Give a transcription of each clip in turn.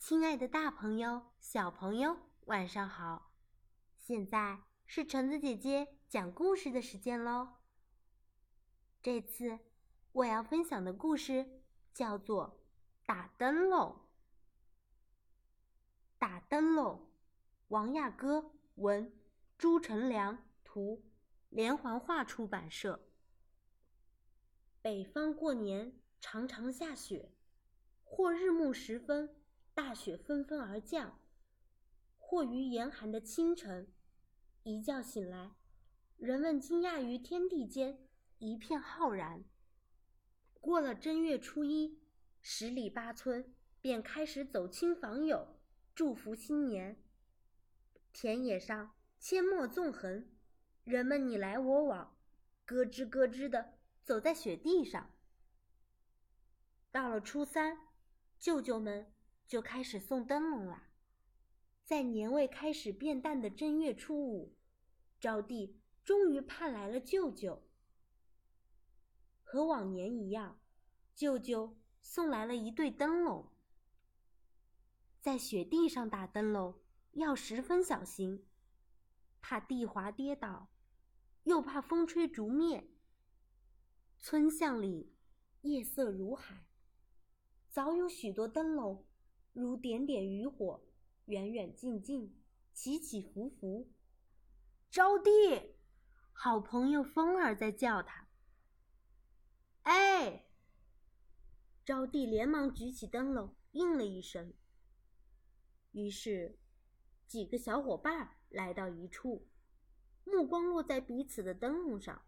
亲爱的大朋友、小朋友，晚上好！现在是橙子姐姐讲故事的时间喽。这次我要分享的故事叫做《打灯笼》。打灯笼，王亚歌文，朱成良图，连环画出版社。北方过年常常下雪，或日暮时分，大雪纷纷而降，或于严寒的清晨，一觉醒来，人们惊讶于天地间一片浩然。过了正月初一，10里8村便开始走亲访友，祝福新年。田野上阡陌纵横，人们你来我往，咯吱咯吱地走在雪地上。到了初3，舅舅们就开始送灯笼啦。在年味开始变淡的正月初5，招娣终于盼来了舅舅。和往年一样，舅舅送来了一对灯笼。在雪地上打灯笼要十分小心，怕地滑跌倒，又怕风吹烛灭。村巷里夜色如海，早有许多灯笼如点点渔火，远远近近，起起伏伏。招娣，好朋友风儿在叫他。哎！招娣连忙举起灯笼应了一声。于是几个小伙伴来到一处，目光落在彼此的灯笼上。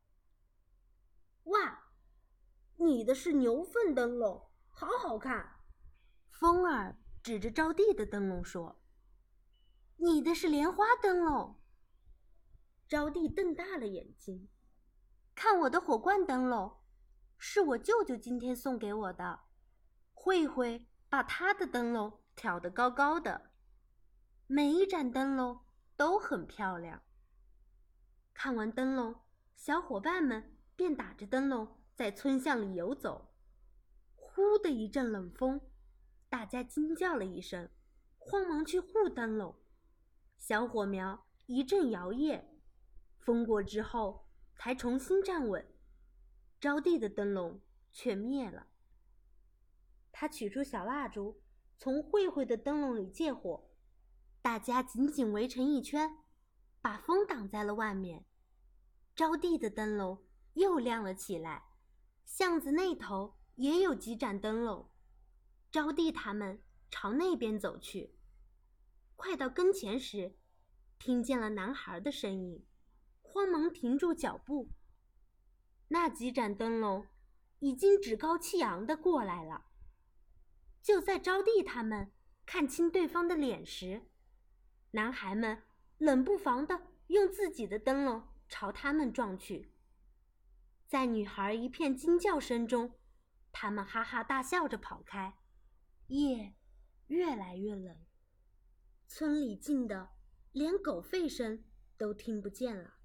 哇，你的是牛粪灯笼，好好看！风儿指着招娣的灯笼说。你的是莲花灯笼。招娣瞪大了眼睛，看我的火罐灯笼，是我舅舅今天送给我的。慧慧把她的灯笼挑得高高的，每一盏灯笼都很漂亮。看完灯笼，小伙伴们便打着灯笼在村巷里游走。呼的一阵冷风，大家惊叫了一声，慌忙去护灯笼。小火苗一阵摇曳，风过之后才重新站稳。招娣的灯笼却灭了。他取出小蜡烛，从慧慧的灯笼里借火，大家紧紧围成一圈，把风挡在了外面。招娣的灯笼又亮了起来，巷子那头也有几盏灯笼。招娣他们朝那边走去，快到跟前时，听见了男孩的声音，慌忙停住脚步。那几盏灯笼已经趾高气扬地过来了。就在招娣他们看清对方的脸时，男孩们冷不防地用自己的灯笼朝他们撞去。在女孩一片惊叫声中，他们哈哈大笑着跑开。夜越来越冷，村里静得连狗吠声都听不见了。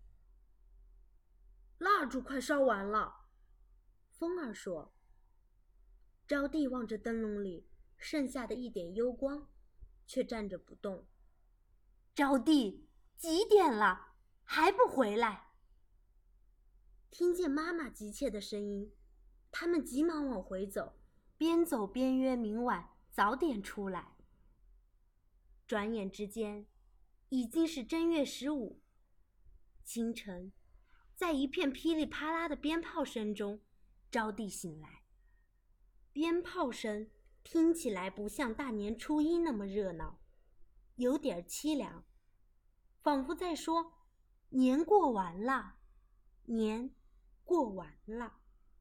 蜡烛快烧完了，风儿说。招娣望着灯笼里剩下的一点幽光，却站着不动。招娣，几点了，还不回来？听见妈妈急切的声音，他们急忙往回走，边走边约明晚早点出来。转眼之间，已经是正月15。清晨，在一片噼里啪啦的鞭炮声中，招娣醒来。鞭炮声听起来不像大年初一那么热闹，有点凄凉，仿佛在说年过完了，年过完了。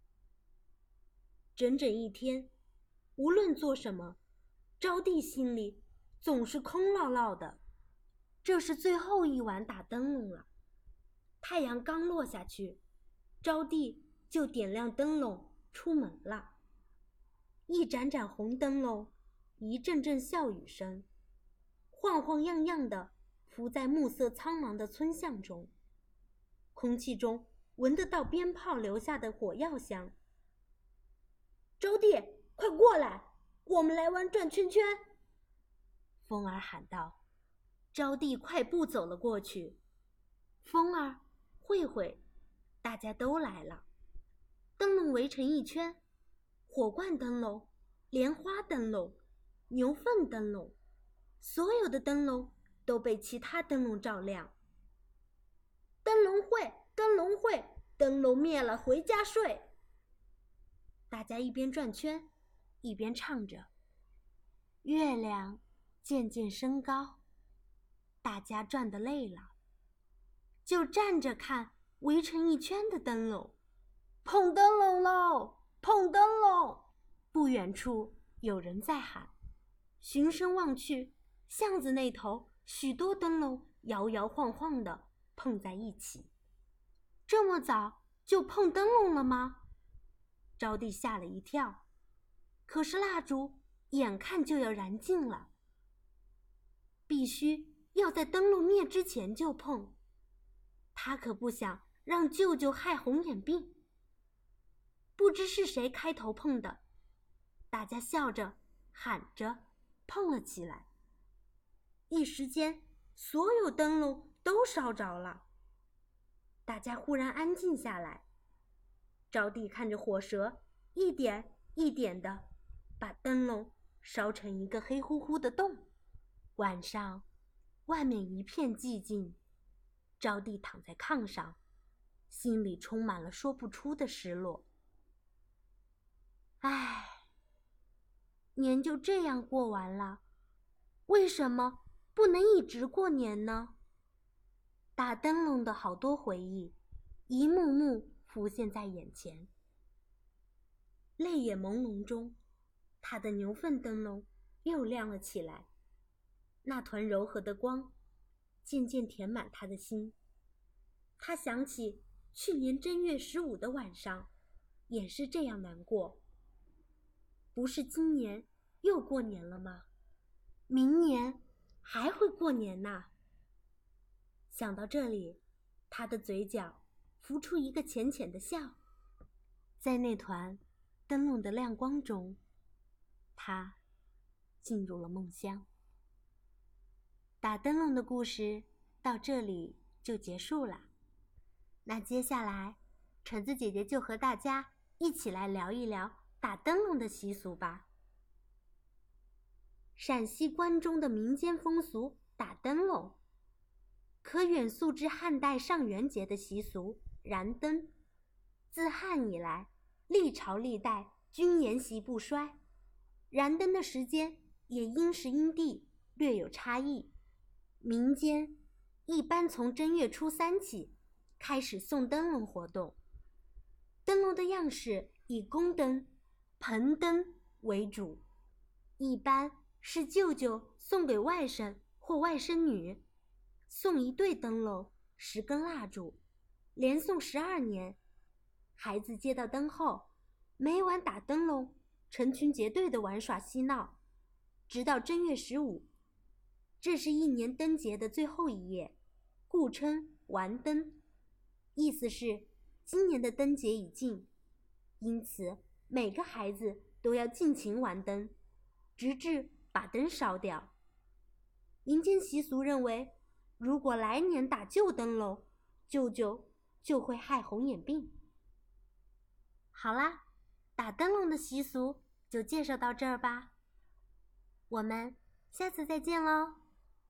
整整一天，无论做什么，招娣心里总是空落落的。这是最后一晚打灯笼了。太阳刚落下去，招娣就点亮灯笼出门了。一盏盏红灯笼，一阵阵笑语声，晃晃漾漾地浮在暮色苍茫的村巷中。空气中闻得到鞭炮留下的火药香。招娣，快过来，我们来玩转圈圈。 风儿喊道。招娣快步走了过去。风儿、慧慧，大家都来了。灯笼围成一圈，火罐灯笼、莲花灯笼、牛粪灯笼，所有的灯笼都被其他灯笼照亮。灯笼会，灯笼会，灯笼灭了回家睡。大家一边转圈，一边唱着。月亮渐渐升高，大家转得累了，就站着看围成一圈的灯笼。碰灯笼喽！碰灯笼！不远处有人在喊。循声望去，巷子那头许多灯笼摇摇晃晃地碰在一起。这么早就碰灯笼了吗？招娣吓了一跳。可是蜡烛眼看就要燃尽了，必须要在灯笼灭之前就碰。他可不想让舅舅害红眼病。不知是谁开头碰的，大家笑着喊着碰了起来。一时间，所有灯笼都烧着了。大家忽然安静下来。招娣看着火舌一点一点地把灯笼烧成一个黑乎乎的洞。晚上，外面一片寂静。招娣躺在炕上，心里充满了说不出的失落。唉，年就这样过完了，为什么不能一直过年呢？打灯笼的好多回忆，一幕幕浮现在眼前。泪眼朦胧中，他的牛粪灯笼又亮了起来，那团柔和的光渐渐填满他的心。他想起去年正月15的晚上，也是这样难过。不是今年又过年了吗？明年还会过年呐。想到这里，他的嘴角浮出一个浅浅的笑。在那团灯笼的亮光中，他进入了梦乡。打灯笼的故事到这里就结束了。那接下来，橙子姐姐就和大家一起来聊一聊打灯笼的习俗吧。陕西关中的民间风俗打灯笼，可远溯至汉代上元节的习俗燃灯。自汉以来，历朝历代均沿袭不衰。燃灯的时间也因时因地略有差异。民间一般从正月初3起开始送灯笼活动。灯笼的样式以宫灯、盆灯为主，一般是舅舅送给外甥或外甥女，送一对灯笼，10根蜡烛，连送12年。孩子接到灯后，每晚打灯笼，成群结队的玩耍嬉闹，直到正月15。这是一年灯节的最后一夜，故称玩灯，意思是今年的灯节已尽，因此每个孩子都要尽情玩灯，直至把灯烧掉。民间习俗认为，如果来年打旧灯笼，舅舅就会害红眼病。好啦，打灯笼的习俗就介绍到这儿吧，我们下次再见喽。